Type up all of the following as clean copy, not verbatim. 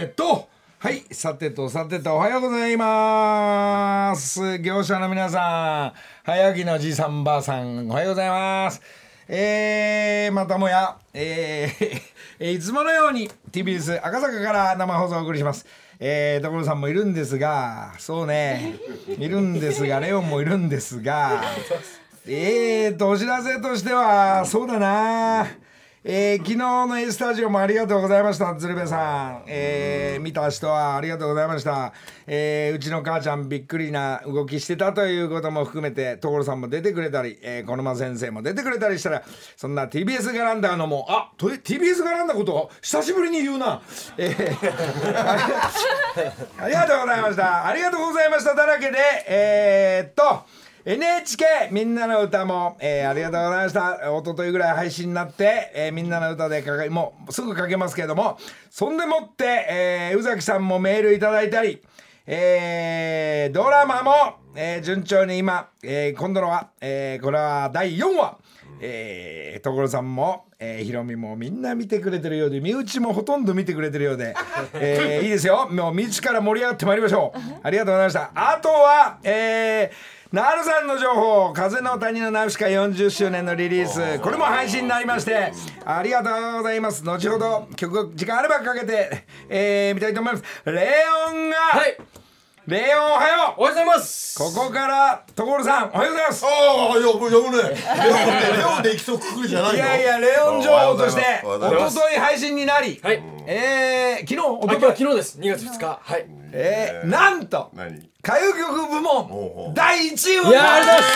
はい、さてとおはようございます。業者の皆さん、早起きのじいさんばあさん、おはようございます。またもや、いつものように TBS 赤坂から生放送をお送りします。所さんもいるんですが、そうね、いるんですが、レオンもいるんですが、お知らせとしては、そうだな、昨日の A スタジオもありがとうございました。鶴瓶さん、見た人はありがとうございました。うちの母ちゃんびっくりな動きしてたということも含めて所さんも出てくれたり、小沼先生も出てくれたりしたら、そんな TBS ガランダーのもTBS ガランダーことを久しぶりに言うな、ありがとうございました。ありがとうございましただらけでNHK みんなの歌も、ありがとうございました。一昨日ぐらい配信になって、みんなの歌でもうすぐかけますけれども、そんでもって、宇崎さんもメールいただいたり、ドラマも、順調に今、今度のは、これは第4話、所さんも、ひろみもみんな見てくれてるようで、身内もほとんど見てくれてるようで、いいですよ。もう身内から盛り上がってまいりましょう。ありがとうございました。あとは、なるさんの情報、風の谷のナウシカ40周年のリリース、これも配信になりまして、ありがとうございます。後ほど曲時間あればかけて、見たいと思います。レオンが、はい、レオンおはよう。 おはようございます。 ここから所さんおはようございます。 ああ、呼ぶね。レオンで行きそうくくりじゃないの。 いやいや、レオン情報として一昨日配信になり、 はい、昨日です。2月2日。はい。 なんと歌謡曲部門第1位を。 いや、ありがとうございます。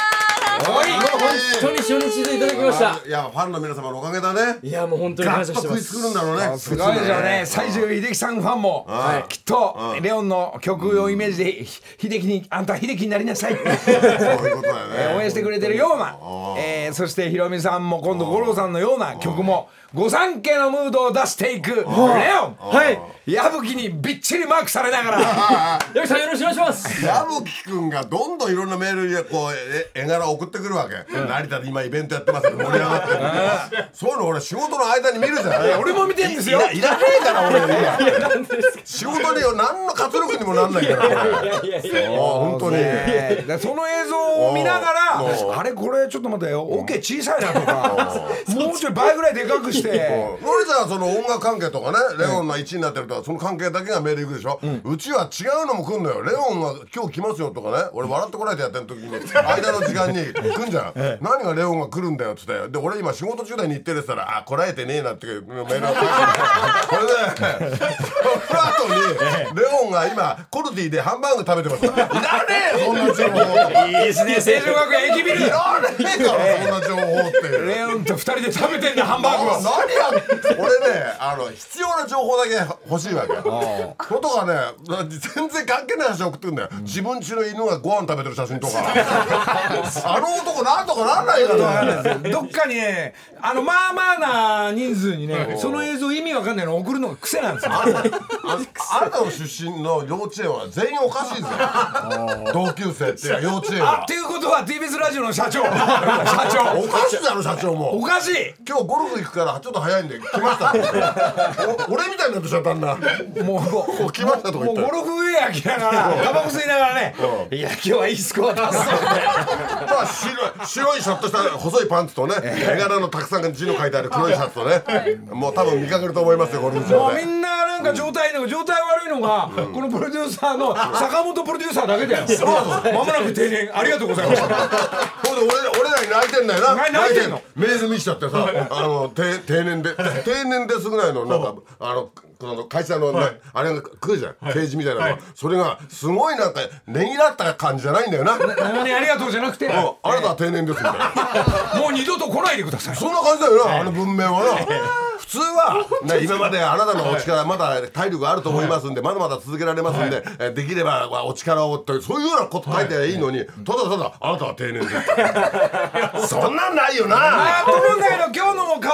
本当に初日でいただきました。 いや、ファンの皆様のおかげだね。 いや、もう本当に感謝してます。 ガッと食いつくるんだろうね。 すごいですよね。西城秀樹さんファンもきっとレオンの曲をイメージで秀樹に、あんた秀樹になりなさいそういうことだよね。応援してくれてるような、そしてひろみさんも今度五郎さんのような曲も御三家のムードを出していくレオン、はい、矢吹にびっちりマークされながら矢吹さんよろしくお願いします。 矢吹くんがどんどんいろんなメールにこう絵柄を送ってくるわけ、成田で今イベントやってますけど盛り上がってるそういうの俺仕事の間に見るじゃん。 俺も見てんですよ。 いらねえから俺今仕事に何の活力にもなんないから本当にその映像を見ながら、あれこれちょっと待ってよ、オケ小さいなとかもうちょい倍ぐらいでかくしてノリさんはその音楽関係とかね、レオンが1位になってるとかその関係だけがメール行くでしょ。うちは違うのも来んのよ。レオンが今日来ますよとかね、俺笑ってこないでやってる時に間の時間に来んじゃん何がレオンが来るんだよっつって、で俺今仕事中だに行ってるって言ったら、あ、こらえてねえなってメールが来てこれでその後にレオンが今コルティでハンバーグ食べてます。いらねえそんな情報。 いいですね、成城学園駅ビル。 いらねえからそんな情報って。 レオンと2人で食べてんだハンバーグを。 何や俺ね、必要な情報だけ欲しいわけことがね、全然関係ない話送ってくんだよ。自分家の犬がご飯食べてる写真とかあの男なんとかなんないかなどっかにね、まあまあな人数にね、その映像意味わかんないの送るのが癖なんですよ。 あなたの出身の幼稚園は全員おかしいぞ同級生っていう幼稚園は。 っていうことは TBS ラジオの社長おかしいだろ社長も。 おかしい。 今日ゴルフ行くからちょっと早いんで来ました俺みたいになってしゃったんだ。もう来ましたとか言って、 もうゴルフウェア着ながらタバコ吸いながらね、いや今日はいいスコア出すぞってまあ白いシャツとした細いパンツとね、絵柄のたくさん字の書いてある黒いシャツとね、もう多分見かけると思いますよゴルフ場で。 もうみんななんか状態悪いのが、このプロデューサーの坂本プロデューサーだけだよ。まもなく定年ありがとうございました。 ほんで俺らに泣いてんだよな。 泣いてんの。 メール見しちゃってさ定年ですぐらいのなんか会社のね、あれが来るじゃん、掲示みたいなのが、それがすごいなんかねぎらった感じじゃないんだよな。 長年ありがとうじゃなくて、あなたは定年ですみたいなもう二度と来ないでください、 そんな感じだよな、あの文面はな。普通は今まであなたのお力まだ体力あると思いますんで、まだまだ続けられますんで、できればお力をとそういうようなこと書いていいのに、ただただあなたは定年ですそんなんないよな。 と思うんだけど、今日の顔を見てる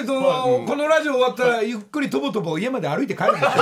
ないとこのラジオ終わったらゆっくりとぼとぼ家まで歩いて帰るんだよ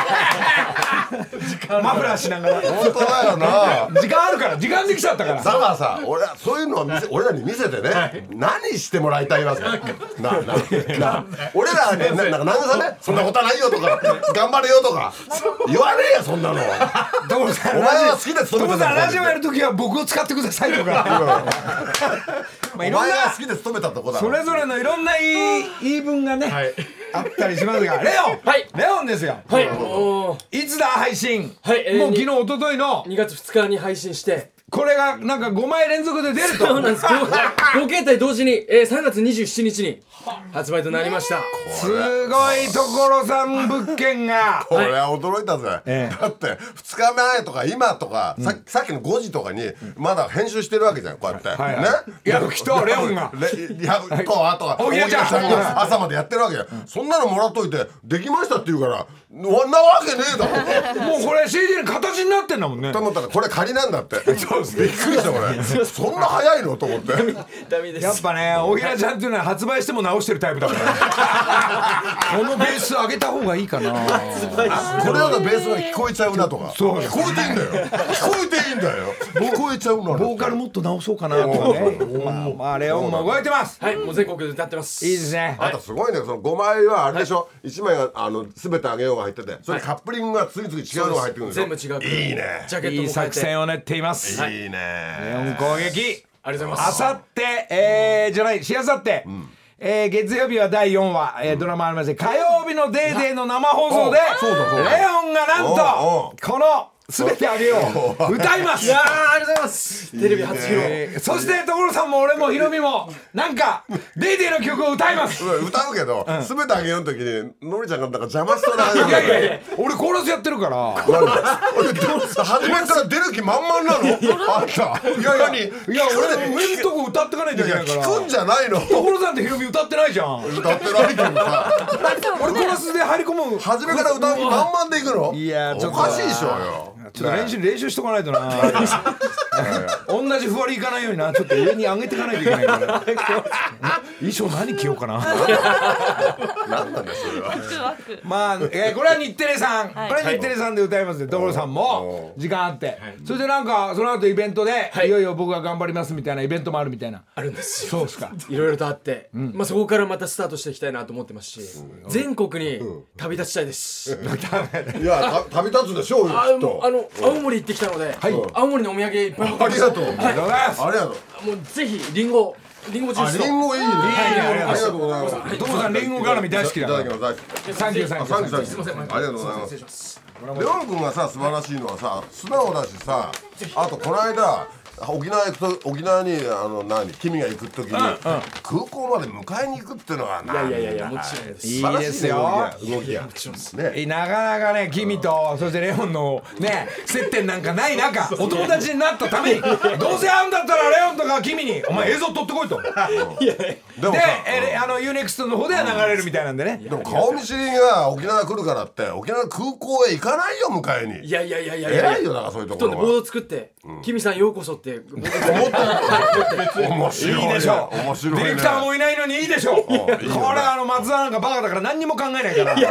マフラーしながら本当だよな。 時間あるから時間できちゃったからだからさ、そういうのを俺らに見せてね、何してもらいたいわけな俺らはね、なんか慰めそんなことはないよとか頑張れよとか言わねえよそんなの。 所さんお前は好きで勤めてたラジオやるときは僕を使ってくださいとかお前が好きで勤めたとこだそれぞれのいろんな言い分がねあったりしますが、レオンレオンですよ。いつだ配信、もう昨日一昨日の 2月2日に配信して、 これがなんか5枚連続で出ると。 そうなんです。5形態同時に3月27日に発売となりました。 すごい所さん物件がこれは驚いたぜ、だって2日前とか今とか、さっきの5時とかにまだ編集してるわけじゃん、こうやって、ね、 矢吹とレオンがあとは大平ちゃんが朝までやってるわけよ、そんなのもらっといてできましたって言うからなわけねえだろもうこれ CD の形になってんだもんねと思ったらこれ仮なんだってびっくりした俺そんな早いのと思ってダメです。 やっぱね大平ちゃんっていうのは発売しても直してるタイプだからこのベース上げた方がいいかなこれだとベースが聞こえちゃうなとか聞こえていいんだよ聞こえていいんだよ聞こえちゃうなボーカルもっと直そうかなとかねまあレオンも動いてます。 はい、もう全国で歌ってます。 いいですね。 あとすごいね、その5枚はあれでしょ、1枚が全てあげようが入ってて、それカップリングが次々違うのが入ってくるんでしょ。 全部違う。 いいね。 ジャケットも変えていい作戦を練っています。 いいね。 レオン攻撃。 ありがとうございます。 あさってじゃないしあさって月曜日は第4話ドラマありまして火曜日のデーデーの生放送でレオンがなんとこのすべてあげよう歌います。 いやーありがとうございます。テレビ初披露。 そして所さんも俺もヒロミもなんかデイデイの曲を歌います。 歌うけど全てあげようの時にのりちゃんがなんか邪魔しそうな感じ。 いやいや俺コーラスやってるから初めから出る気満々なのあんた。 いや俺のとこ歌ってかないといけないから聞くんじゃないの。 所さんってヒロミ歌ってないじゃん。 歌ってないけどさ俺コーラスで入り込む初めから歌う気満々でいくの。 いやちょっとおかしいでしょうよ。 ちょっと練習しとかないとな同じふわりいかないようになちょっと上に上げていかないといけないから衣装何着ようかな何なんだよそれは。 まあ、これは日テレさん、これは日テレさんで歌いますね。所さんも時間あって、それでなんかその後イベントで、いよいよ僕が頑張りますみたいなイベントもあるみたいな。 あるんですよ。 そうですか。 いろいろとあって、まあそこからまたスタートしていきたいなと思ってますし、全国に旅立ちたいです。 いや旅立つでしょうよきっと。 青森行ってきたので、青森のお土産いっぱい持ってありがとう。 ありがとうございます。 ありがとう。 もうぜひリンゴジュースと。 リンゴいいね。ありがとうございます。 所さんリンゴ絡み大好きだから。 いただきます。 サンキューサンキューサンキュー。 すいません。 ありがとうございます。レオン君がさ素晴らしいのはさ素直だしさ、あとこの間沖縄行くと沖縄に君が行く時に空港まで迎えに行くっていうのはいやもちろんです。 いいですよ。 動きがね、なかなかね君とそしてレオンのね接点なんかない中お友達になったためにどうせ会うんだったらレオンとか君にお前映像撮ってこいと。 でもさ UNEXT の方では流れるみたいなんでね。 でも顔見知りが沖縄来るからって沖縄空港へ行かないよ迎えに。 いや偉いよだからそういうところは。 ボード作って君さんようこそって思ったよ。面白い。 いいでしょう。 面白いね。 ディレクターもいないのにいいでしょう。これ松田なんかバカだから何にも考えないから。ね。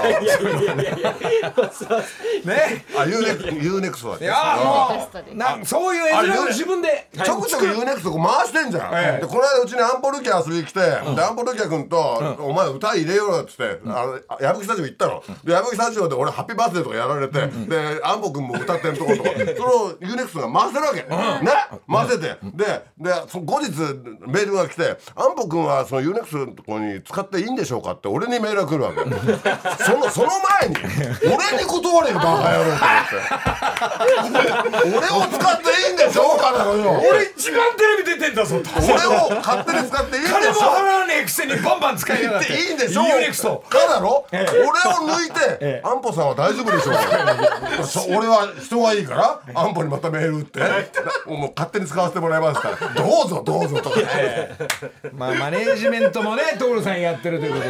UNEXT だって。 いやもうそういう絵面を自分でちょくちょく UNEXT 回してんじゃん。でこの間うちにアンポルキャ遊びに来て、でアンポルキャ君とお前歌入れようよっつって矢吹スタジオ行ったの。で矢吹スタジオで俺ハッピーバースデーとかやられて、でアンポ君も歌ってるとことかその UNEXT が回せるわけね。回せてで後日メールが来て「アンポ君はその UNEXT のとこに使っていいんでしょうか?」って俺にメールが来るわけ。その前に俺に断れよバカ野郎と思って俺を使っていいんでしょうかだろよ。 俺一番テレビ出てんだぞと。 俺を勝手に使っていいんでしょう金も払わねえくせにバンバン使いやがっていいんでしょう UNEXT かだろ。俺を抜いてアンポさんは大丈夫でしょうか。俺は人がいいからアンポにまたメール打ってもう勝手に使わせてもらいますからどうぞとか。 まあマネージメントもね所さんやってるということで。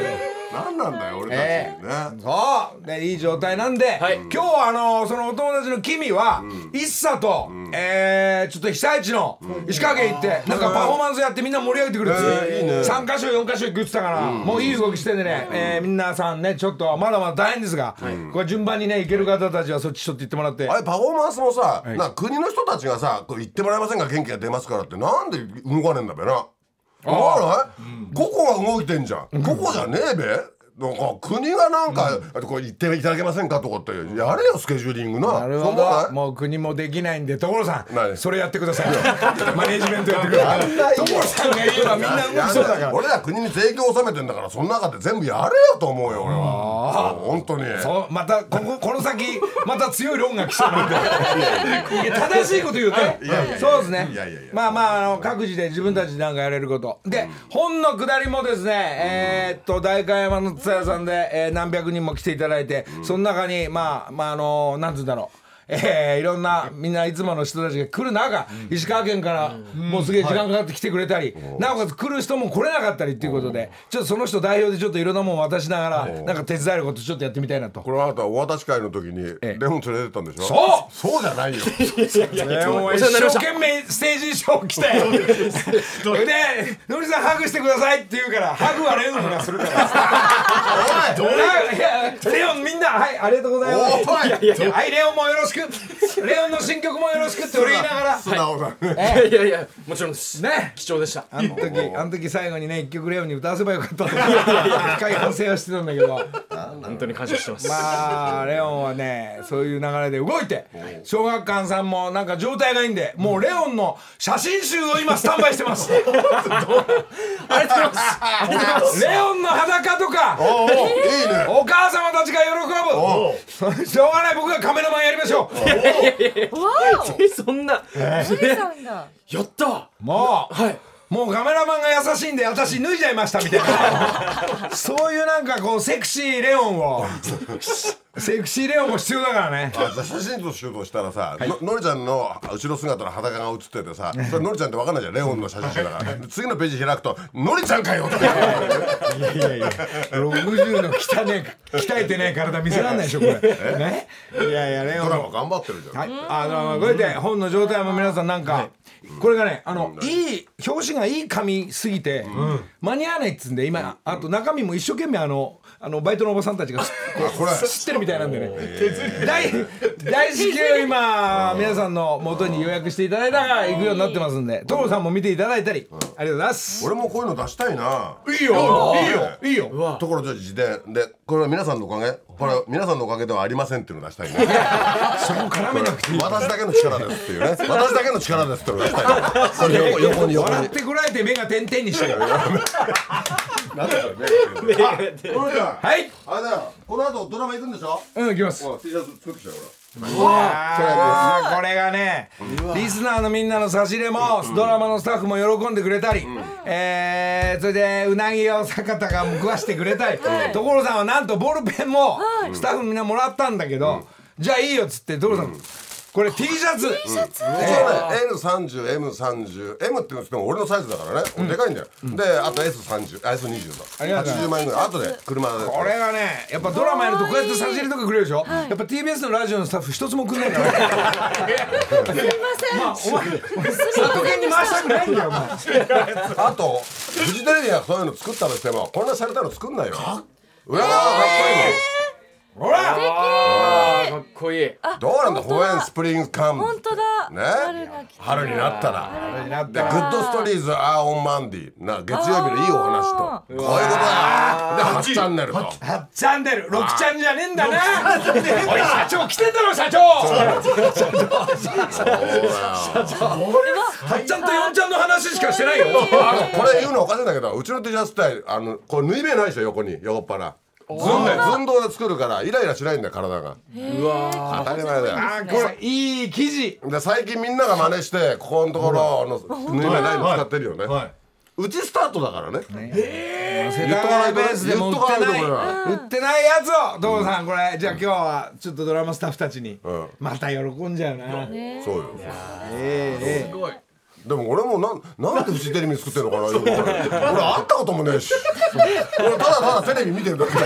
何なんだよ俺たちね。 そうでいい状態なんで、 はい今日はそのお友達の君は、一茶と、ちょっと被災地の石川県行ってなんかパフォーマンスやってみんな盛り上げてくれて、 いいね 3カ所4カ所行くって言ってたから、もういい動きしてんでね、皆さんねちょっとまだまだ大変ですが、これ順番にね行ける方たちはそっちちょっと行ってもらって。 あれパフォーマンスもさ、なんか国の人たちがさこれ言ってもらえませんが元気が出ますからってなんで動かねえんだべな。思わない？個々が動いてんじゃん。個々じゃねえべ。なんか国がなんか、これ言っていただけませんかとかってやれよスケジューリングな。 なるほど。もう国もできないんで所さんそれやってください。マネージメントやってください。所さんが言えばみんな動きそうだから。 俺ら国に税金を納めてんだからその中で全部やれよと思うよ俺は。本当にそうまたこの先また強い論が来そうなんで正しいこと言うとそうですね。まあ各自で自分たちでなんかやれることで、本の下りもですね代官山の蔦屋さんで、何百人も来ていただいて、その中になんつうんだろう、いろんなみんないつもの人たちが来る中、石川県からもうすげえ時間かかって来てくれたり、なおかつ来る人も来れなかったりっていうことで、ちょっとその人代表でちょっといろんなもん渡しながらなんか手伝えることちょっとやってみたいなと。 これあなたお渡し会の時にレモン連れてったんでしょ。そうじゃないよ。 レモンは一生懸命ステージ衣装着てで「のりさんハグしてください」って言うからハグはレオンがするからレオンみんなはいありがとうございます。はいレオンもよろしく、レオンの新曲もよろしくって俺言いながら素直だね。 いやもちろんですね。 貴重でした。 あの時最後にね一曲レオンに歌わせばよかったと深い反省はしてたんだけど、 本当に感謝してます。 まあレオンはねそういう流れで動いて、小学館さんもなんか状態がいいんでもうレオンの写真集を今スタンバイしてます。ありがとうございます。レオンの裸とかいいね。 お母様たちが喜ぶ。しょうがない僕がカメラマンやりましょう。 そんなのりさんがやったもうはいもうカメラマンが優しいんで私脱いじゃいましたみたいなそういうなんかこうセクシーレオンをセクシーレオンも必要だからね。 じゃあ写真としようとしたらさ、のりちゃんの後ろ姿の裸が写っててさ、それのりちゃんって分かんないじゃんレオンの写真集だから次のページ開くとのりちゃんかよって。 いや60の鍛えてない体見せらんないでしょこれね。いやレオンドラマ頑張ってるじゃん。 はい、これで本の状態も皆さんなんか、これがねいい表紙がいい紙すぎて、間に合わないっつうんで今あと中身も一生懸命バイトのおばさんたちが知ってるみたいなんでね、大至急今皆さんの元に予約していただいたら行くようになってますんで、所さんも見ていただいたりありがとうございます。 俺もこういうの出したいな。 いいよところじゃ自伝でこれは皆さんのおかげ、これは皆さんのおかげではありませんっていうのを出したいね。 そこ絡めなくていい。 私だけの力ですっていうね。私だけの力ですっていうのを出したいね。横に笑ってこられて目が点々にしてる。 なんだろうね。 はい。 あれだよ。この後ドラマ行くんでしょ。 行きます。 T シャツ作ってきたよこれがねリスナーのみんなの差し入れもドラマのスタッフも喜んでくれたり、それでうなぎを坂田が食わしてくれたり、所さんはなんとボールペンもスタッフみんなもらったんだけど、じゃあいいよっつって所さんこれ T シャツ L30、M30、M って言っても俺のサイズだからね、でかいんだよ。であと S30、S20 だ。80万円ぐらい後で車で。 これがねやっぱドラマやるとこうやって差し入れとかくれるでしょ、やっぱ TBS のラジオのスタッフ一つもくんないからすいません、 お前里犬に回したくないんだよお前。 あとフジテレビがそういうの作ったとしてもこんな洒落たの作んないよ。うわーかっほらかっこいい。 どうなんだホエンスプリングカム。 本当だ。 ね、春になったらでグッドストーリーズアーオンマンディな月曜日のいいお話とこういうことだよ。で8チャンネルと 8チャンネル6チャンじゃねえんだな。おい社長来てたろ社長。8ちゃんと4ちゃんの話しかしてないよ。 これ言うのおかしいんだけどうちの T シャツってこれ縫い目ないでしょ横に横っ腹寸胴で作るからイライラしないんだよ体が。 うわ当たり前だよ。 これいい生地で最近みんなが真似してここのところの縫い目ないの使ってるよね。うちスタートだからね。 世田谷ベースでも売ってないやつを所さんこれじゃあ今日はちょっとドラマスタッフたちにまた喜んじゃうな。 そうよ。 すごいでも俺もなんでフジテレビ作ってんのかなよくわかんない俺会ったこともねえし俺ただテレビ見てるだけだし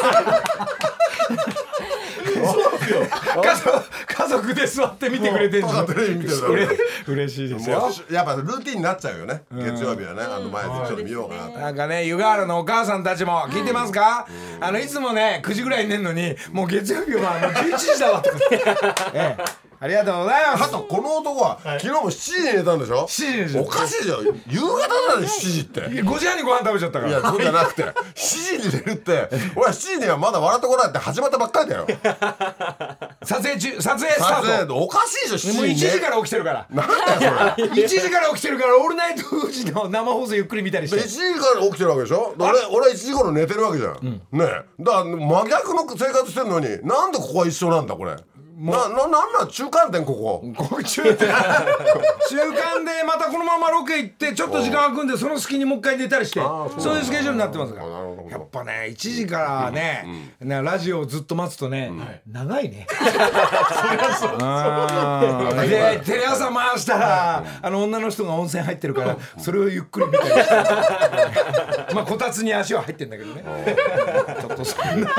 家族で座って見てくれてんじゃん。 テレビ見てるだけだし嬉しいですよ。 やっぱルーティンになっちゃうよね月曜日はね前でちょっと見ようかなとなんかね湯河原のお母さんたちも聞いてますか、いつもね9時ぐらいに寝るのにもう月曜日は11時だわとか、ありがとうございます。 あとこの男は昨日も7時に寝たんでしょ。 7時です。 おかしいじゃん夕方だね7時って 5時半にご飯食べちゃったから。 いやそうじゃなくて7時に寝るって俺は7時にはまだ笑ってこないって始まったばっかりだよ撮影スタートおかしいでしょ7時もう1 に時から起きてるからなんだよそれ 1時から起きてるからオールナイトフジの生放送ゆっくり見たりして 1時から起きてるわけでしょ。俺は1時頃寝てるわけじゃん、ねえだから真逆の生活してるのになんでここは一緒なんだこれなん中間点ここ中間でまたこのままロケ行ってちょっと時間空くんでその隙にもう一回寝たりしてそういうスケジュールになってますからやっぱね1時からねラジオをずっと待つとね長いねでテレ朝回したら女の人が温泉入ってるからそれをゆっくり見たりしてまあこたつに足は入ってんだけどねちょっとそんな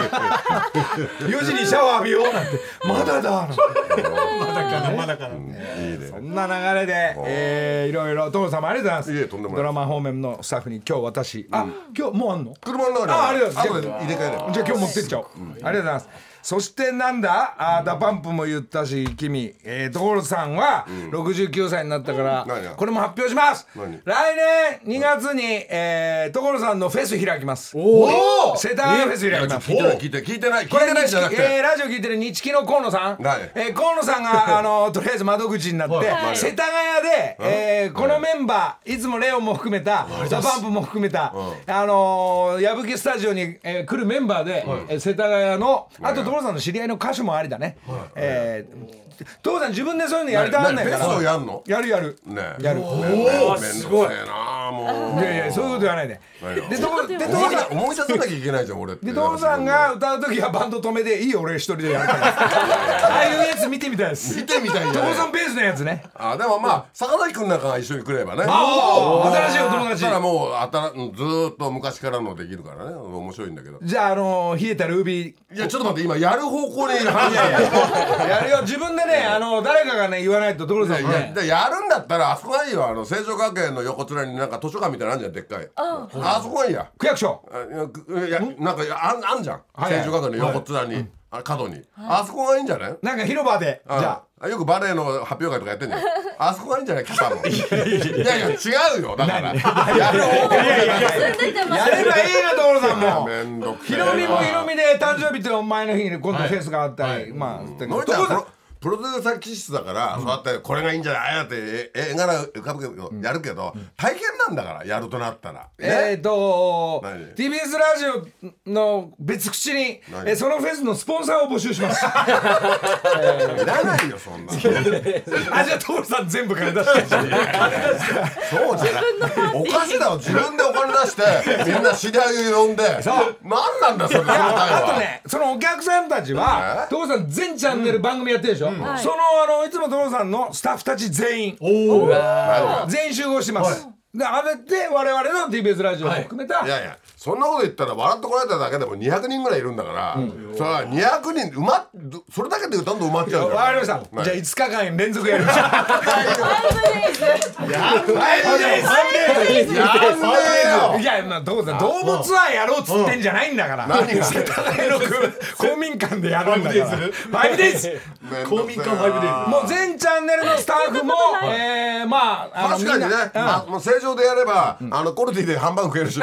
4時にシャワー浴びようなんてまだだまだから、いいね、そんな流れで、いろいろ所さんもありがとうございます。ドラマ方面のスタッフに今日私今日もうあんの車の中にありがとうございます後で入れ替えればじゃあ今日持ってっちゃおう、ありがとうございます。そしてなんだダパンプも言ったし君所さんは69歳になったからこれも発表します。来年2月に所さんのフェス開きます。世田谷フェス開きます。 聞いてないじゃなくてラジオ聞いてる日記の河野さん河野さんがとりあえず窓口になって世田谷でこのメンバーいつもレオンも含めたダパンプも含めた矢吹スタジオに来るメンバーで世田谷のあと所さんの知り合いの歌手もありだね。所さん自分でそういうのやりたがんないからフェスをやんのやるやるめんどくせえなもういやそういうこと言わないで思い出さなきゃいけないじゃん俺ってで所さんが歌う時はバンド止めでいいよ俺一人でやるからああいうやつ見てみたいです。 見てみたいんじゃない所さんベースのやつね。 でもまあ坂崎君なんかが一緒に来ればね新しいお友達たらもうずーっと昔からのできるからね面白いんだけどじゃあ冷えたルービーいやちょっと待って今やる方向にいる話やるよ自分でね誰かがね言わないと所さんもねやるんだったらあそこがいいよ成城学園の横面になんか図書館みたいなのあんじゃんでっかいあそこがいいや区役所いやなんかあんじゃん成城学園の横面に角にあそこがいいんじゃないなんか広場でじゃあよくバレエの発表会とかやってんじゃんあそこがいいんじゃないキサもいや違うよだからやる方向やればいいな所さんもめんどくせえヒロミもヒロミで誕生日って前の日に今度フェスがあったりまあプロデューサー気質だからそうやってこれがいいんじゃないって絵柄浮かぶけどやるけど大変なんだからやるとなったら TBS ラジオの別口にそのフェスのスポンサーを募集しますいらないよそんなじゃあ所さん全部金出してそうじゃないおかしいだろ自分でお金出してみんな知り合いを呼んで何なんだよそれあとねそのお客さんたちは所さん全チャンネル番組やってるでしょそのいつも所さんのスタッフたち全員集合してますであれで我々の TBS ラジオも含めたいやそんなこと言ったら笑ってこられただけでも200人ぐらいいるんだからそれは200人それだけでどんどん埋まっちゃうじゃん。 わかりましたじゃあ5日間連続やりましょういやまあ動物はやろうっつってんじゃないんだから何が世田谷の公民館でやるんだから5days 公民館5days もう全チャンネルのスタッフもまあ確かにねもう正常でやればコルティでハンバーグ食えるし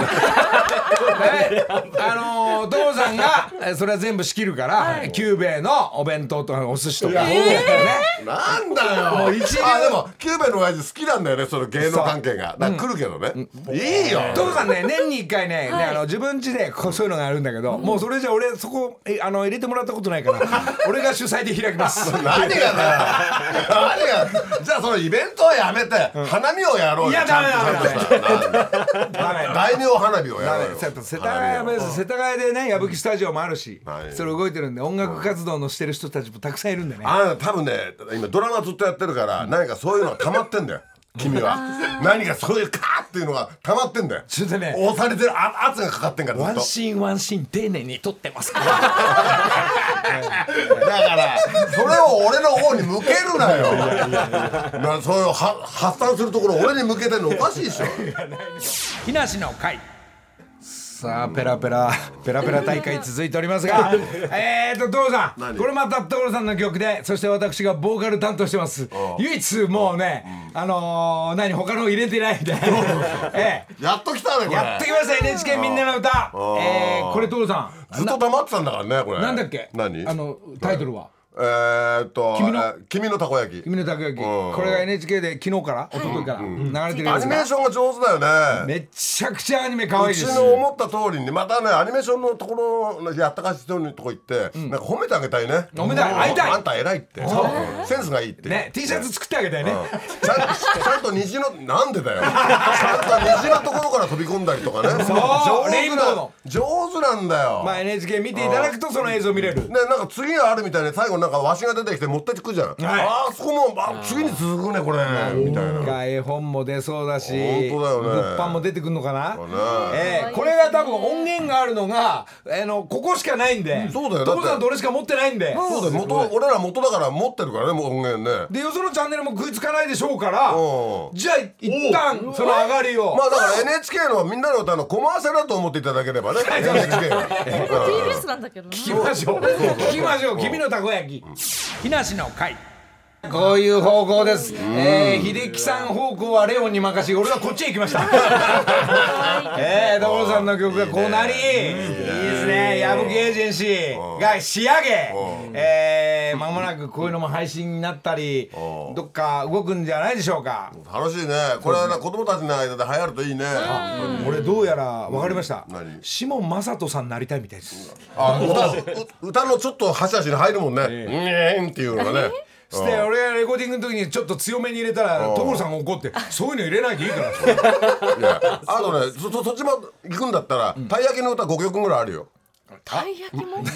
所さんがそれは全部仕切るからキューベイのお弁当とかお寿司とかなんだよもう一流でもキューベイの親父好きなんだよねその芸能関係がだから来るけどねいいよ所さんね年に1回ね自分家でそういうのがあるんだけどもうそれじゃ俺そこ入れてもらったことないから俺が主催で開きます何がじゃあそのイベントはやめて花見をやろうよ。 いやダメ大名花火をやろうよ。 世田谷でね矢吹スタジオもあるしそれ動いてるんで音楽活動のしてる人たちもたくさんいるんでね多分ね今ドラマずっとやってるから何かそういうのが溜まってんだよ君は何かそういうカーっていうのが溜まってんだよ。 ちょっとね押されてる圧がかかってんからずっと。 ワンシーンワンシーン丁寧に撮ってますからだからそれを俺の方に向けるなよ。そういう発散するところを俺に向けてるのおかしいでしょ。 木梨の会。さあペラペラ大会続いておりますが所さん、これまた所さんの曲で、そして私がボーカル担当してます。唯一もうね、他の入れてないんでやっと来たねこれ。 やってきました NHK みんなの歌。これ所さんずっと黙ってたんだからねこれ。 なんだっけ、 何タイトルは君のたこ焼き。 君のたこ焼き。これが NHK で昨日から一昨日から流れてるやつアニメーションが上手だよね。 めちゃくちゃアニメ可愛いです。 うちの思った通りにまたね、アニメーションのところのやったかし人のとこ行ってなんか褒めてあげたいね。 褒めて会いたい。 あんた偉いって、センスがいいってね。 T シャツ作ってあげたいね。 ちゃんと虹のなんでだよ。ちゃんと虹のところから飛び込んだりとかね。 そうレインボーの上手なんだよ。 まあ NHK 見ていただくとその映像見れる。 ね、なんか次があるみたいで最後なんかわしが出てきて持ってくじゃん。あそこも次に続くねこれみたいな。 絵本も出そうだし、 本当だよね。 物販も出てくるのかな。これが多分音源があるのがここしかないんで。 そうだよ。 所さんと俺しか持ってないんで。 そうだよ。俺ら元だから持ってるからね、もう音源ね。 でよそのチャンネルも食いつかないでしょうから、じゃあ一旦その上がりを。 まあだから NHK のみんなの歌のコマーシャルだと思っていただければね。NHK が TBS なんだけどな。 聞きましょう君のたこ焼き。木梨の会。こういう方向です。秀樹さん方向はレオンに任し、俺はこっちへ行きました。所さんの曲がこうなり、いいですね。矢吹エージェンシーが仕上げ、間もなくこういうのも配信になったり、どっか動くんじゃないでしょうか。 楽しいね。これは子供たちの間で流行るといいね。 俺どうやら分かりました。シモン正人さんになりたいみたいです。 歌のちょっと端々に入るもんね。っていうのがね。 して俺がレコーディングの時にちょっと強めに入れたら所さんが怒って「そういうの入れなきゃいいから」 いやあとねそっちも行くんだったらたい焼きの歌5曲ぐらいあるよ。 たい焼きも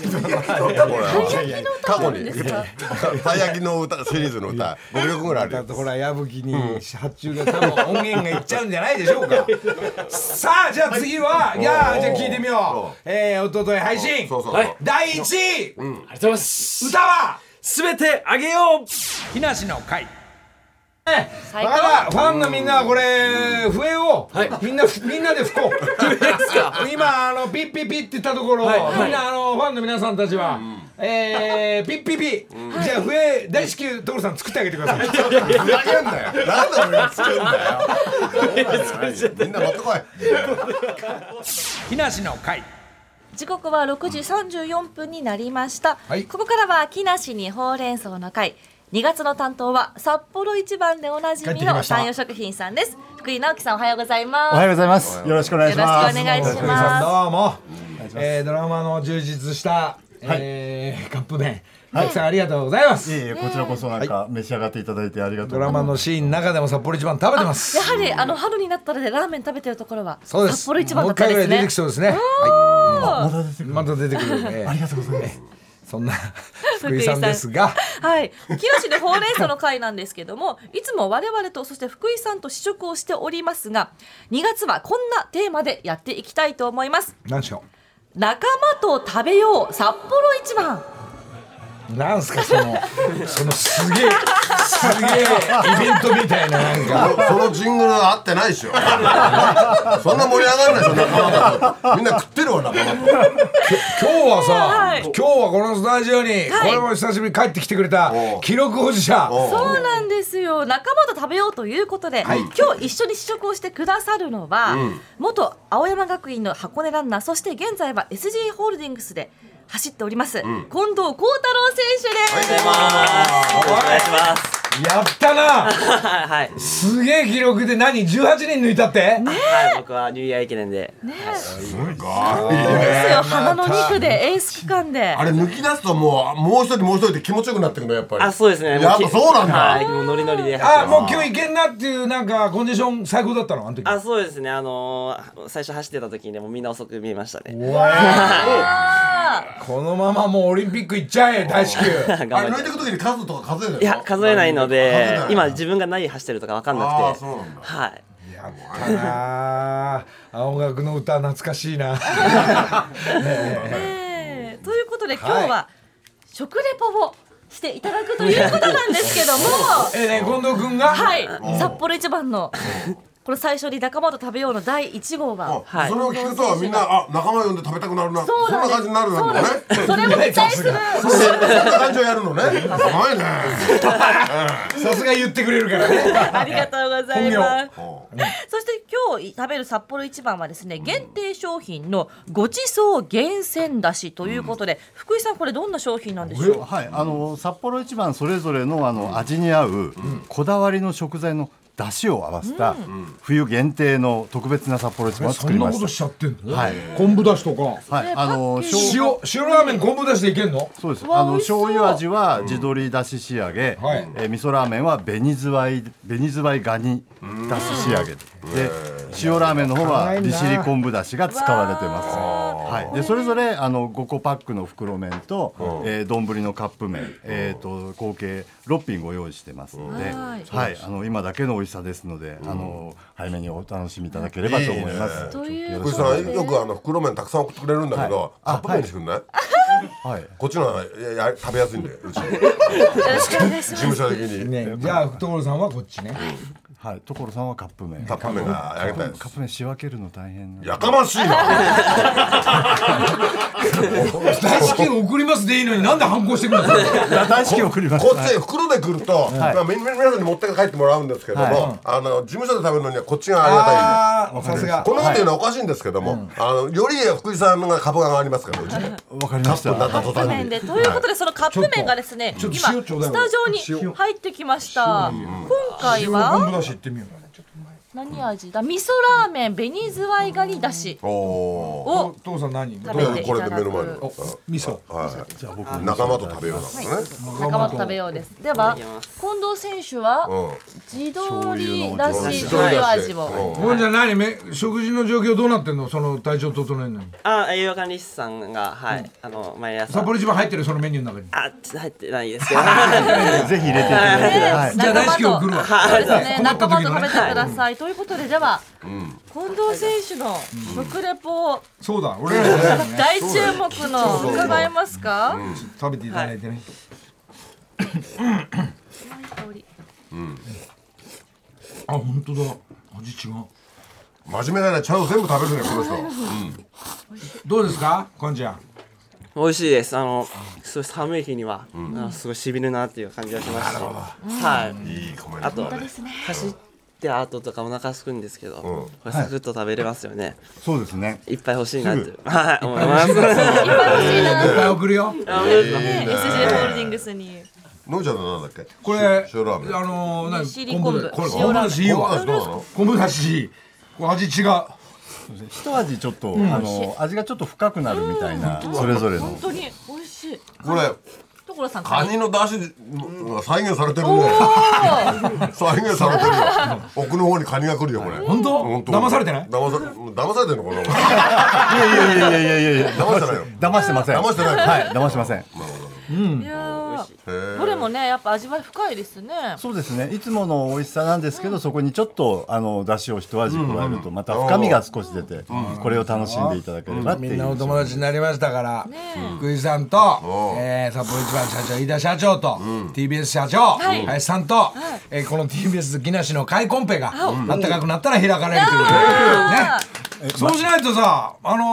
過去にたい焼きの歌シリーズの歌5曲ぐらいあるよ。 ほら矢吹に発注が多分音源がいっちゃうんじゃないでしょうか。さあじゃあ次はじゃあ聞いてみよう。一昨日配信第1位、 ありがとうございます。 歌はすべてあげよう。 木梨の会。 最高。 ファンのみんなはこれ笛をみんなで吹こう。今ピッピッピッって言ったところみんなファンの皆さんたちはピッピッピじゃあ笛大至急所さん作ってあげてください。 ふざけんなよ。なんで俺が作るんだよ。みんな持ってこい。 木梨の会。 時刻は6時34分になりました、 はいここからは木梨にほうれん草の会。2月の担当は札幌一番でおなじみの山陽食品さんです。福井直樹さんおはようございます。 おはようございます。よろしくお願いします。 よろしくお願いします。 どうも、ドラマの充実した、カップ麺たくさんありがとうございます。 いえいえ、こちらこそなんか召し上がっていただいてありがとうございます。 ドラマのシーンの中でも札幌一番食べてます。 やはり春になったらでラーメン食べてるところはそうです。 札幌一番だったんですもう一回ぐらい出てねき。そうですね。また出てくる。 ありがとうございます。 そんな福井さんですが、 はい、木梨でほうれん草の会なんですけども、いつも我々とそして福井さんと試食をしておりますが、2月はこんなテーマでやっていきたいと思います。 何でしょ仲間と食べよう札幌一番。 なんすかそのすげえイベントみたいななんかそのジングルは合ってないでしょ。そんな盛り上がらないでしょ仲間と。みんな食ってるわ仲間と。 今日はさ、今日はこのスタジオに、これも久しぶりに帰ってきてくれた記録保持者。 そうなんですよ。仲間と食べようということで、今日一緒に試食をしてくださるのは、元青山学院の箱根ランナー、そして現在は SG ホールディングスで走っております、近藤幸太郎選手です。 お願いします。 やったな。 はい。 すげえ記録で何18人抜いたって、 はい、僕はニューイヤー駅伝で。 すごい。 そうですよ。花の2区でエース区間であれ抜き出すともう一人って気持ちよくなってくるのやっぱり。 あ、そうですね。 やっぱそうなんだ。 はい、もうノリノリで走ってます。 もう今日いけんなっていうなんかコンディション最高だったのあの時。 あ、そうですね。最初走ってた時にもうみんな遅く見えましたね。 このままもうオリンピック行っちゃえ大至急頑張って抜いていく時に数とか数えないの？ いや数えないの数えでない今自分が何走ってるとか分かんなくてそうなんだ。 はいやったなあ音楽の歌懐かしいなということで今日は食レポをしていただくということなんですけどもね近藤君がはい札幌一番のこの最初に仲間と食べようの第1号がはいそれを聞くとみんな仲間呼んで食べたくなるな。そんな感じになるわけね。 それを期待するそんな感じをやるのね。すごいね。 さすが言ってくれるからねありがとうございますほそして今日食べる札幌一番はですね限定商品のごちそう厳選だしということで、福井さんこれどんな商品なんでしょう。 はい、札幌一番それぞれの味に合うこだわりの食材の出汁を合わせた冬限定の特別な札幌一番を作りました。 しちゃってんの、 はい昆布だしとかはい、 塩ラーメン昆布だしでいけんのそうです。 わ美味しそう醤油味は地鶏だし仕上げ、 はい味噌ラーメンは紅ズワイガニだし仕上げで、塩ラーメンの方は利尻昆布だしが使われてます。はい。でそれぞれ5個パックの袋麺と丼のカップ麺、合計6品ご用意してますので、はい、今だけの美味しさですので、早めにお楽しみいただければと思います。 という福井さんよく袋麺たくさん送ってくれるんだけど、カップ麺にしてくんない？ はい。 こっちの方が食べやすいんで、うち事よろしくお願いします務所的にねじゃあ所さんはこっちねはい。所さんはカップ麺。 カップ麺があげたいですカッ。プ麺仕分けるの大変な。 やかましいな。 大至急送りますでいいのになんで反抗してくるんですか大至急送ります。 こっち袋で来ると、まあ皆さんに持って帰ってもらうんですけども、事務所で食べるのにはこっちがありがたいんで。 あーさすがこのこと言うのはおかしいんですけども、より福井さんが株が上がりますから、うちでわかりました。 なった途カップ端に。 麺でということでそのカップ麺がですね今ちょっと塩ちょうだいスタジオに入ってきました今回はだしいってみようかな何味だ味噌ラーメン紅ズワイガニだしおお。 を所さん何食べていこれただで目の前に。 く味噌じゃあ僕仲間と食べようだからね。 仲間と食べようですでは近藤選手は地鶏だし醤油味をこれじゃ何食事の状況どうなってんのその体調整えるのに栄養管理士さんがはい毎朝札幌一番入ってるそのメニューの中に入ってないですけどぜひ入れていただいて、はい。 じゃあ大至急送るわそうですね困った仲時のね間と食べてくださいということででは近藤選手の食レポをそうだ俺らじゃないのね大注目の伺えますか食べていただいてねあ本当だ味違う真面目だね。ちゃんと全部食べるねこの人。 どうですかこんちゃん美味しいですすごい寒い日にはすごいしびるなっていう感じがしましたはいいいコメントあとだね。 走って後とかお腹すくんですけどこれサクッと食べれますよねそうですね。 いっぱい欲しいなってはい思いますいっぱい欲しいな。 いっぱい送るよね SG ホールディングスに。 のんちゃんのなんだっけ？ これ塩ラーメン。 何利尻昆布これ昆布だしいいわ昆布だしどうなの？ 昆布だしこれ味違う一味ちょっと、味がちょっと深くなるみたいな、それぞれの本。当に美味しい。 これ所さんカニの出汁が再現されてるね。再現されてるよ。奥の方にカニが来るよこれ。 本当騙されてない騙されてんのかな。 いや騙してないよ。 騙してません。 騙してないはい、騙してません。 いやどれもねやっぱ味わい深いですね。 そうですね。いつもの美味しさなんですけど、そこにちょっと出汁を一味加えるとまた深みが少し出て、これを楽しんでいただければっていう。 みんなお友達になりましたから福井さんと札幌一番社長飯田社長と TBS 社長林さんとこの TBS 木梨の開コンペが暖かくなったら開かれるということでねそうしないとさ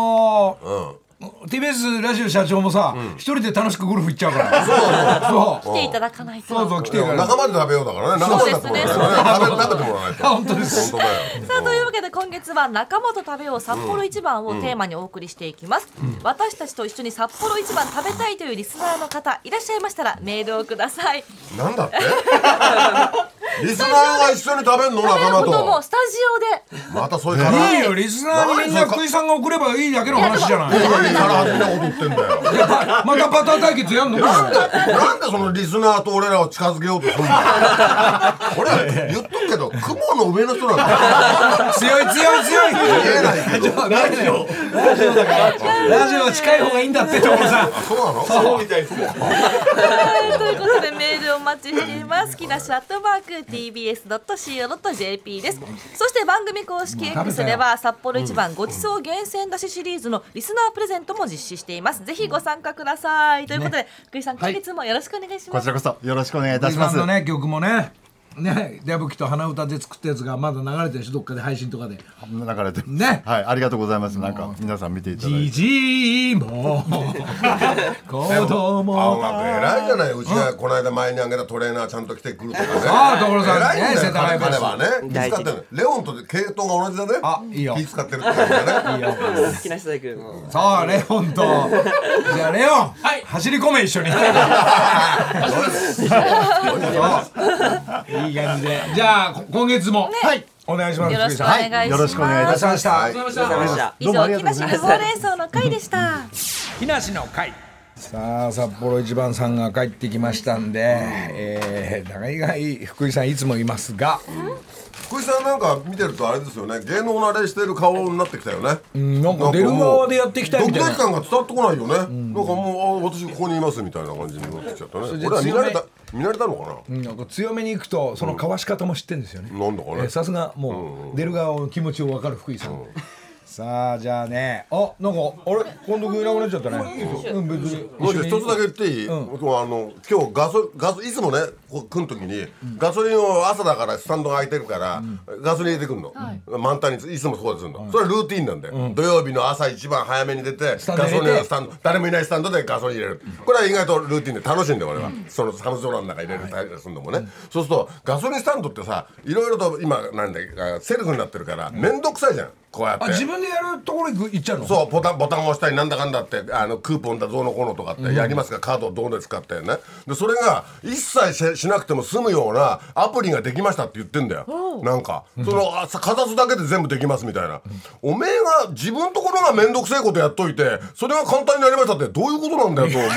TBS ラジオ社長もさ一人で楽しくゴルフ行っちゃうからそう来ていただかないと。 そうそう来てから仲間で食べようだからね。仲間で食べてもらわないと食べてもらわないと。 本当です本当だよ。 さあというわけで今月は仲間と食べよう札幌一番をテーマにお送りしていきます、私たちと一緒に札幌一番食べたいというリスナーの方いらっしゃいましたらメールをください。 なんだって？ リスナーが一緒に食べんの仲間と。 こともスタジオでまたそういうからいいよリスナーにみんな福井さんが送ればいいだけの話じゃない。 いいから始めたこと言ってんだよ。 またパター対決やんの？ なんでそのリスナーと俺らを近づけようとするんだよ。俺は言っとくけど雲の上の人なんだよ。 強い見えないけど。 ラジオだからラジオは近い方がいいんだって所さん。 そうなの？ そうみたいですね。 ということでメールをお待ちしています。木梨@tbs.co.jp です。そして番組公式 X では札幌一番ごちそう厳選だしシリーズのリスナープレゼントも実施しています。ぜひご参加ください。ということで福井さん今月もよろしくお願いします。 こちらこそよろしくお願いいたします。 福井さんのね曲もね矢吹と鼻歌で作ったやつがまだ流れてるしどっかで配信とかで流れてますね。 はい、ありがとうございます。なんか皆さん見ていただいて。 じじいも子供音楽偉いじゃない。うちがこの間前にあげたトレーナーちゃんと来てくるとかね。 ああ所さん偉いんだよ。 世田谷ベース彼はね気使ってる。レオンと系統が同じだね。 あいいよ気使ってるって感じだね。 いいよ木梨大君もさあレオンとじゃあレオン走り込め一緒にいい感じでじゃあ今月もお願いします。 よろしくお願いします。 よろしくお願いいたします。 ました。 ありがとうございました。 以上木梨のほうれん草の会でした。 木梨の会。さあ札幌一番さんが帰ってきましたんで、大概福井さんいつもいますが、 福井さんなんか見てるとあれですよね。芸能慣れしてる顔になってきたよね。 なんか出る側でやっていきたいみたいな。 ドキドキ感が伝わってこないよね。なんかもう私ここにいますみたいな感じになってきちゃったね。俺は見慣れたのかな。 なんか強めに行くとそのかわし方も知ってるんですよね。 なんだかね。 さすがもう出る側の気持ちを分かる福井さん。さあじゃあねなんかあれ近藤君いなくなっちゃったね。別にもし一つだけ言っていい？今日ガソいつもね来る時にガソリンを朝だからスタンドが空いてるからガソリン入れてくるの。満タンにいつもそうでするの。それはルーティンなんだよ。土曜日の朝一番早めに出てガソリンのスタンド誰もいないスタンドでガソリン入れる。これは意外とルーティンで楽しいんだよ俺は。その寒空の中入れるたりするのもね。そうするとガソリンスタンドってさいろいろと今なんだセルフになってるから面倒くさいじゃん。こうやって自分でやるところ行っちゃうの？ そうボタンを押したりなんだかんだってクーポンだどうのこうのとかってやりますが、カードをどうですかってね。でそれが一切しなくても済むようなアプリができましたって言ってんだよ。なんかそのかざすだけで全部できますみたいな。おめえが自分のところが面倒くせえことやっといてそれが簡単になりましたってどういうことなんだよと思う。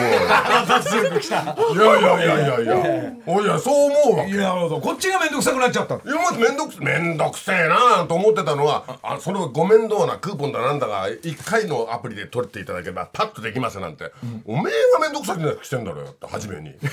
いやそう思うわけ。 なるほどこっちが面倒くさくなっちゃった。 今まで面倒くせえなと思ってたのはそれをご面倒なクーポンだなんだが1回のアプリで取っていただければパッとできますなんて、おめえが面倒くさくなしてんだろよって初めにで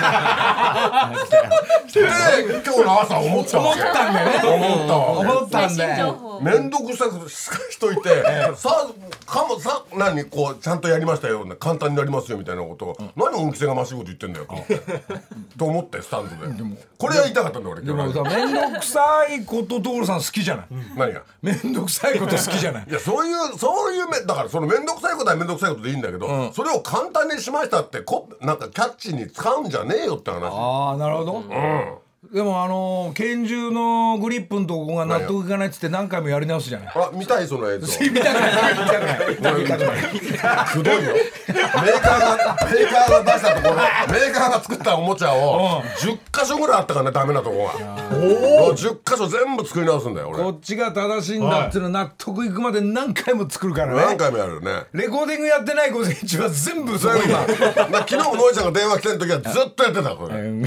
今日の朝思ったわけ。 思ったんだよね。思ったん最新情報。 面倒くさくしといて何こうちゃんとやりましたよ簡単になりますよみたいなことを何恩着せがましいこと言ってんだよと思ってスタンドでこれは言いたかったんだ俺。 でもさ面倒くさいこと所さん好きじゃない。 何が面倒くさいこと好きじゃない。 いやそういうだからその面倒くさいことは面倒くさいことでいいんだけど、それを簡単にしましたってなんかキャッチに使うんじゃねえよって話。 ああなるほど。でも拳銃のグリップのとこが納得いかないっつって何回もやり直すじゃない。 見たいその映像。 見たくないくどいよ。メーカーが出したところメーカーが作ったおもちゃを10箇所ぐらいあったからねダメなとこが10箇所全部作り直すんだよ俺。 こっちが正しいんだっていうの納得いくまで何回も作るからね。 何回もやるよね。レコーディングやってない午前中は全部そこ今昨日もノイちゃんが電話来てる時はずっとやってたこれ。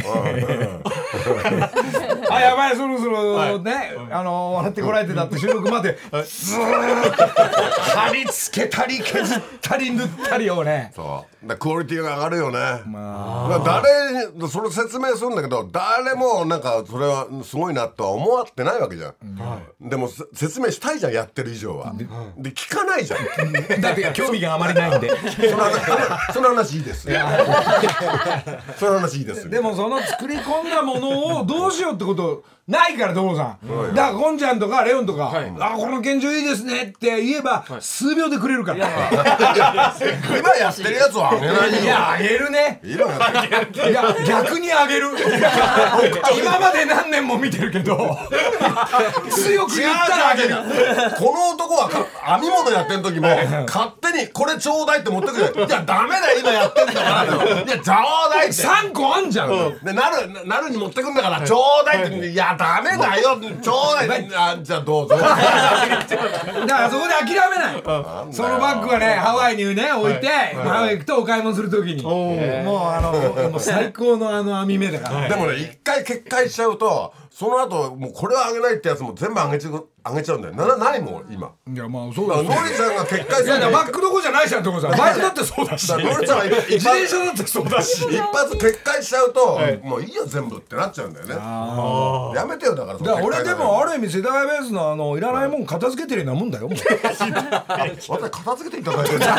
やばいそろそろね笑ってこられてたって収録までずーっと貼り付けたり削ったり塗ったりをね。 そうだクオリティが上がるよね。誰にそれ説明するんだけど誰もなんかそれはすごいなとは思わってないわけじゃん。でも説明したいじゃんやってる以上は。で聞かないじゃん。 だって興味があまりないんでその話いいです。その話いいです。 でもその作り込んだものをどうしようってことないから所さん、だからゴンちゃんとかレオンとか、あこの拳銃いいですねって言えば、数秒でくれるから。 今やってるやつはあげないよ。 いやあげるね。いや逆にあげる。今まで何年も見てるけど強く言ったらあげる。 この男は編み物やってる時も勝手にこれちょうだいって持ってくる。いやダメだよ今やってんだから。いやちょうだいって 3個あんじゃん。 でなるに持ってくんだからちょうだいって。いやダメだよちょうだい。じゃあどうぞ。だからそこで諦めない。そのバッグはねハワイにね置いてハワイ行くとお買い物する時にもう最高の編み目だから。 でもね一回決壊しちゃうとその後もうこれはあげないってやつも全部あげちゃうんだよ。何も今。 いやまあそうだ。 ノリちゃんが決壊する。 いやバックどこじゃないじゃんとこさ。バイクだってそうだし。 ノリちゃんは自転車だってそうだし。 一発決壊しちゃうともういいよ全部ってなっちゃうんだよね。やめてよだから。 俺でもある意味世田谷ベースのいらないもん片付けてるようなもんだよ。 私片付けていただいてる。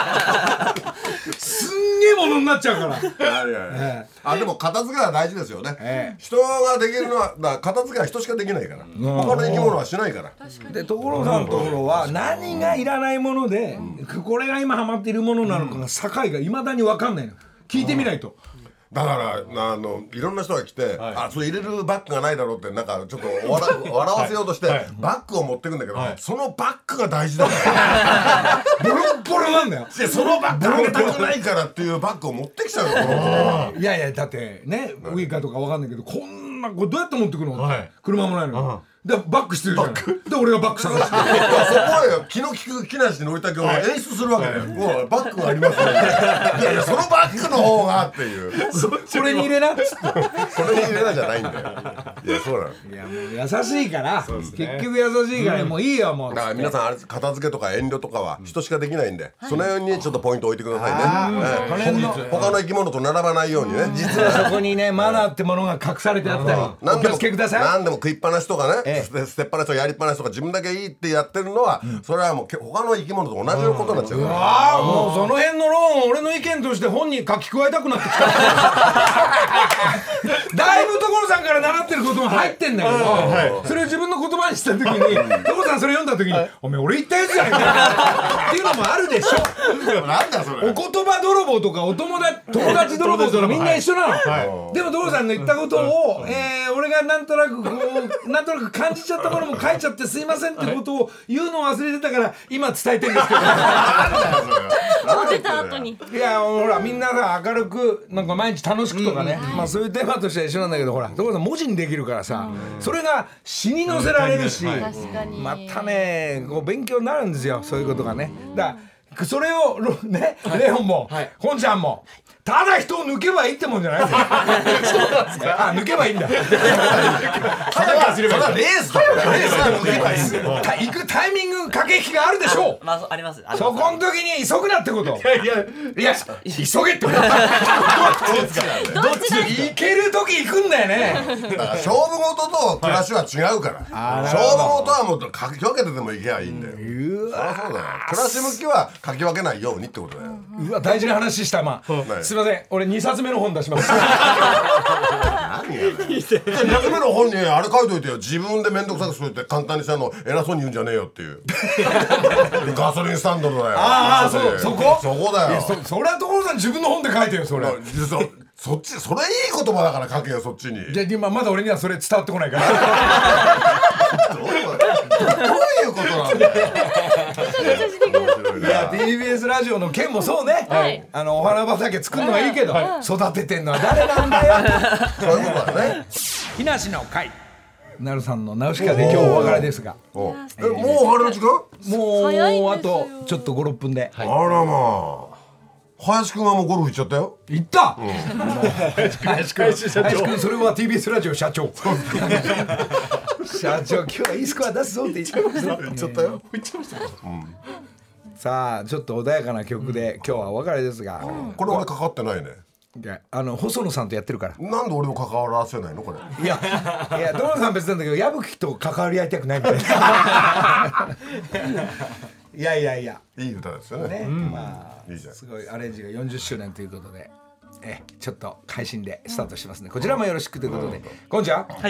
すんげえものになっちゃうから。 でも片付けは大事ですよね。人ができるのは片付けは人しかできないから。他の生き物はしないから。 で所さんのところは何がいらないものでこれが今ハマっているものなのかが境がいまだに分かんないの。聞いてみないと。 だからいろんな人が来て、それ入れるバッグがないだろうってなんかちょっと笑わせようとして、バッグを持ってくんだけど、そのバッグが大事だからボロッボロなんだよ。 そのバッグあげたくないからっていうバッグを持ってきちゃうよ。 いやだってねウイカとかわかんないけどこんなこれどうやって持ってくの。車もないのでバックしてるじゃん。で俺がバック探して。 そこは気の利く木梨のりたけを演出するわけだよ。もうバッグがありますね。いやそのバッグの方がっていう。 それに入れなっつって。 これに入れなじゃないんだよ。いやそうなの。 いやもう優しいから結局優しいからもういいよもう。 だから皆さんあれ片付けとか遠慮とかは人しかできないんで、そのようにちょっとポイント置いてくださいね。他の生き物と並ばないようにね。 実はそこにねマナーってものが隠されてあったりお気をつけください。 何でも食いっぱなしとかね捨てっぱなしとかやりっぱなしとか自分だけいいってやってるのはそれはもう他の生き物と同じのことになっちゃうから。 ああもうその辺の論を俺の意見として本に書き加えたくなってきた。だいぶ所さんから習ってることも入ってんだけど、それを自分の言葉にした時に所さんそれ読んだ時におめえ俺言ったやつじゃないかっていうのもあるでしょ。 なんだそれ。 お言葉泥棒とか友達泥棒とかみんな一緒なの。でも所さんの言ったことを俺がなんとなく感じちゃったものも書いちゃってすいませんってことを言うのを忘れてたから今伝えてるんですけど。 出た後に。 いやほらみんなさ明るくなんか毎日楽しくとかね、まあそういうテーマとしては一緒なんだけどほら所さん文字にできるからさ、それが詩に載せられるし、またねこう勉強になるんですよそういうことがね。だからそれをねレオンも本ちゃんもただ人を抜けばいいってもんじゃないですよ。そうなんですか。抜けばいいんだ。早くすればいい。それはレースだから。レースは抜けばいいんだよ。行くタイミング駆け引きがあるでしょう。 まああります。 そこの時に急ぐなってこと。いや急げってこと。どっちだ。行ける時行くんだよね。 だから勝負事と暮らしは違うから。勝負事はもう書き分けてでもいけばいいんだよ。そりゃそうだよ。暮らし向きは書き分けないようにってことだよ。 うわ大事な話したまあ。すいません俺2冊目の本出します。 何やねん。2冊目の本にあれ書いといてよ。自分で面倒くさくしといて簡単にしたの偉そうに言うんじゃねえよっていう。ガソリンスタンドだよ。 ああそこだよ。 それは所さん自分の本で書いてよそれ。 それいい言葉だから書けよそっちに。 じゃ今まだ俺にはそれ伝わってこないから。 どういうことなんだよ。 いや TBS ラジオの件もそうね、お花畑作るのはいいけど、育ててんのは誰なんだよ。 そういうことだね。 木梨の会なるさんのナウシカで今日お別れですが、 もうお別れの時間？ もうあとちょっと 5,6 分で。 あらまあ林くんはもうゴルフ行っちゃったよ。 行った、林くんそれは TBS ラジオ社長。社長今日はいいスコア出すぞって言っちゃいました。 言っちゃったよ。 さあちょっと穏やかな曲で今日はお別れですが、 これ俺かかってないね。 いや細野さんとやってるから。 なんで俺を関わらせないのこれ。 いや所さん別なんだけど矢吹と関わり合いたくないみたいな。いやいい歌ですよね。 まあすごいアレンジが40周年ということでちょっと会心でスタートしますね。こちらもよろしくということで、こんちゃん、 はい、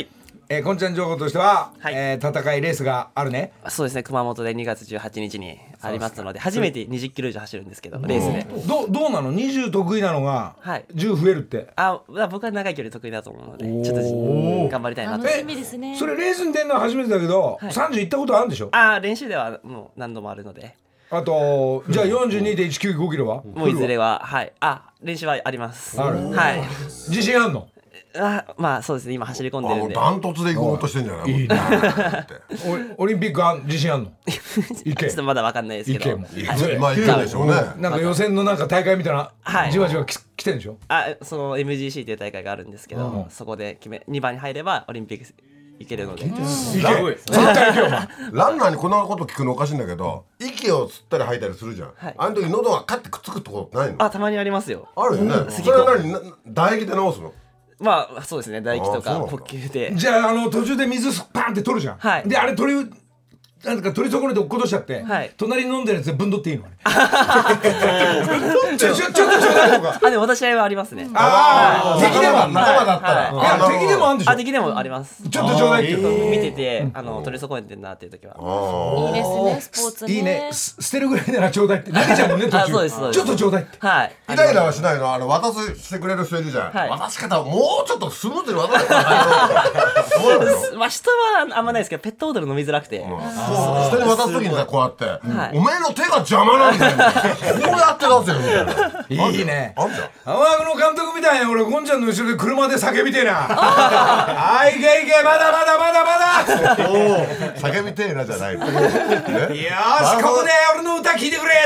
こんちゃん情報としては、 はい戦いレースがあるね。 そうですね、熊本で2月18日にありますので、初めて20キロ以上走るんですけど、レースで。 どうなの20得意なのが、 はい 10増えるって。 僕は長い距離得意だと思うので、ちょっと頑張りたいなと。 楽しみですね。 それレースに出るのは初めてだけど、30行ったことあるんでしょ。 練習ではもう何度もあるので。 あとじゃあ 42.195 キロはもういずれは、はい、練習はあります。 ある。 はい。 自信あんの？ まあそうですね、今走り込んでるんで。 ダントツで行こうとしてんじゃない？いいな。 オリンピック自信あんの？ ちょっとまだ分かんないですけど。 まあ行くでしょうね。 なんか予選のなんか大会みたいな、じわじわ来てるんでしょ。 その MGC という大会があるんですけど、そこで2番に入ればオリンピック行けるので。 絶対行けよ。 ランナーにこんなこと聞くのおかしいんだけど、息を吸ったり吐いたりするじゃん。あの時喉がカッてくっつくってことないの？ たまにありますよ。 あるよね。それは何？唾液で治すの？ まあそうですね、唾液とか呼吸で。 じゃあ途中で水パンって取るじゃん。 はい。 であれなんか取り損ねて落っことしちゃって、隣に飲んでるやつでぶんどっていいの？ちょっとちょうだいとか。 でも私はありますね。 敵でも仲間だったら。 いや敵でもあるんでしょ。 敵でもあります。 ちょっとちょうだいって見てて取り損ねてんなっていう時は。 いいですね、スポーツね。 いいね。捨てるぐらいならちょうだいって投げちゃうもんね途中。 そうですそうです。 ちょっとちょうだいって。 はい。 イライラはしないの？渡してくれる人いるじゃん。渡し方もうちょっとスムーズに渡してくれないの？ まあ人はあんまないですけど、ペットボトル飲みづらくて。 人に渡す時にさこうやって、お前の手が邪魔なんだよ。こうやって出せよみたいな。 いいね。 あんじゃん。 青学の監督みたいに俺ゴンちゃんの後ろで車で叫びてえな。はい、いけいけ、まだまだまだまだ。 叫びてえなじゃないの。 よーし、ここで俺の歌聞いてくれ。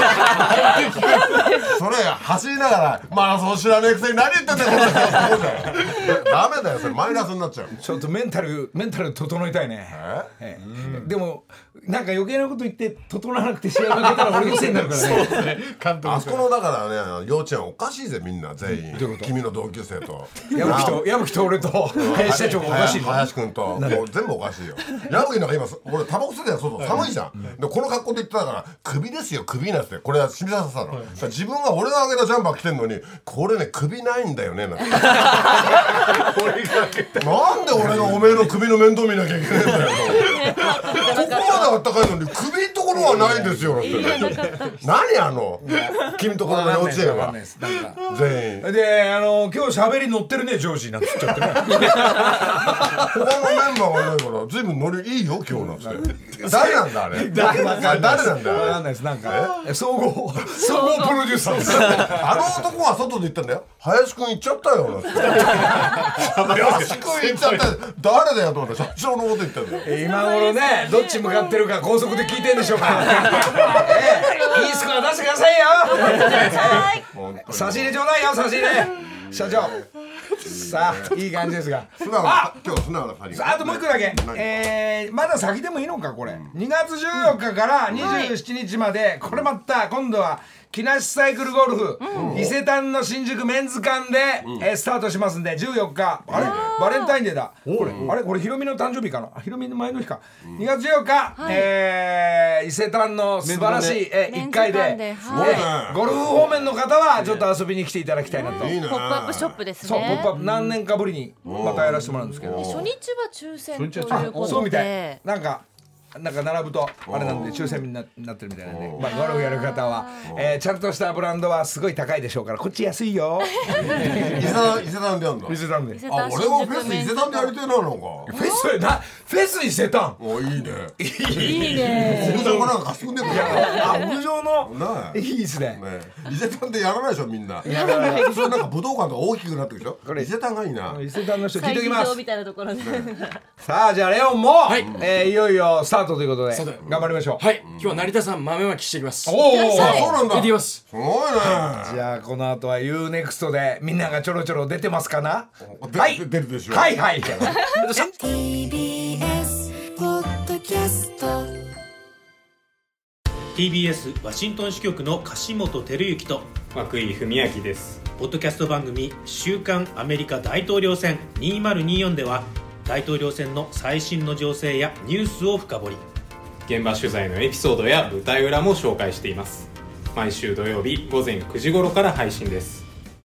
それ走りながらマラソン知らねえくせに何言ってんだよ。ダメだよ、それマイナスになっちゃう。 ちょっとメンタル整えたいね。でもなんか余計なこと言って整わなくて試合負けたら俺のせいになるからね。 あそこのだからね、幼稚園おかしいぜみんな全員。君の同級生と矢吹と俺と林社長がおかしいの。 林君と全部おかしいよ。矢吹なんか今俺タバコ吸ってたよ、外寒いじゃん。でこの格好で言ってたから首ですよ首なんて、これは染みさせたの。自分が俺があげたジャンパー着てんのにこれね首ないんだよねなんて。なんで俺がおめえの首の面倒見なきゃいけないんだよ。ここまであったかいのに首のところはないんですよ。何君ところの幼稚園は全員で今日喋り乗ってるね上司なんて言っちゃってね。 他のメンバーがいないから随分ノリいいよ今日なんつって。誰なんだあれ。誰なんだ。 分かんないです。なんか総合プロデューサーです。 あの男が外で言ったんだよ。林くん行っちゃったよなんて。林くん行っちゃった。誰だよと思って社長のこと言ってんだよ。 今頃ねどっち向かってるか高速で聞いてんでしょうか。いいスコア出してくださいよ。差し入れちょうだいよ差し入れ社長。さあいい感じですが、 今日素直な2人。 あともう一個だけ、まだ先でもいいのかこれ。2月14日から27日まで、これまた今度は木梨サイクルゴルフ、伊勢丹の新宿メンズ館で、スタートしますんで、14日あれバレンタインデーだこれヒロミの誕生日かな。ヒロミの前の日か。2月14日、伊勢丹の素晴らしい1階で、ゴルフ方面の方はちょっと遊びに来ていただきたいなと。 ポップアップショップですね。 そう、ポップアップ何年かぶりにまたやらせてもらうんですけど、 初日は抽選ということで、 そうみたい。なんか並ぶとあれなんで抽選になってるみたいなんで、ゴルフやる方はちゃんとしたブランドはすごい高いでしょうから、こっち安いよ。 伊勢丹でやんだ。 伊勢丹で。 俺もフェス伊勢丹でやりてえなのか。 フェス伊勢丹。 おいいね。 いいね。 屋上かなんか貸してくんねえか。 屋上のいいですね。 伊勢丹でやらないでしょみんな。それなんか武道館とか大きくなってるでしょ。伊勢丹がいいな。 伊勢丹の人聞いておきます。 みたいなところで。 さあじゃあレオンもいよいよスタートということで頑張りましょう。 はい、今日は成田さん豆まきしていきます。 おお、そうなんだ。 行ってきます。 すごいね。 じゃあこの後は UNEXT でみんながちょろちょろ出てますかな。 はい出るでしょ。 はいはい。 TBS ポッドキャスト TBS ワシントン支局の樫本照之と涌井文明です。 ポッドキャスト番組週刊アメリカ大統領選2024では大統領選の最新の情勢やニュースを深掘り、 現場取材のエピソードや舞台裏も紹介しています。毎週土曜日午前9時頃から配信です。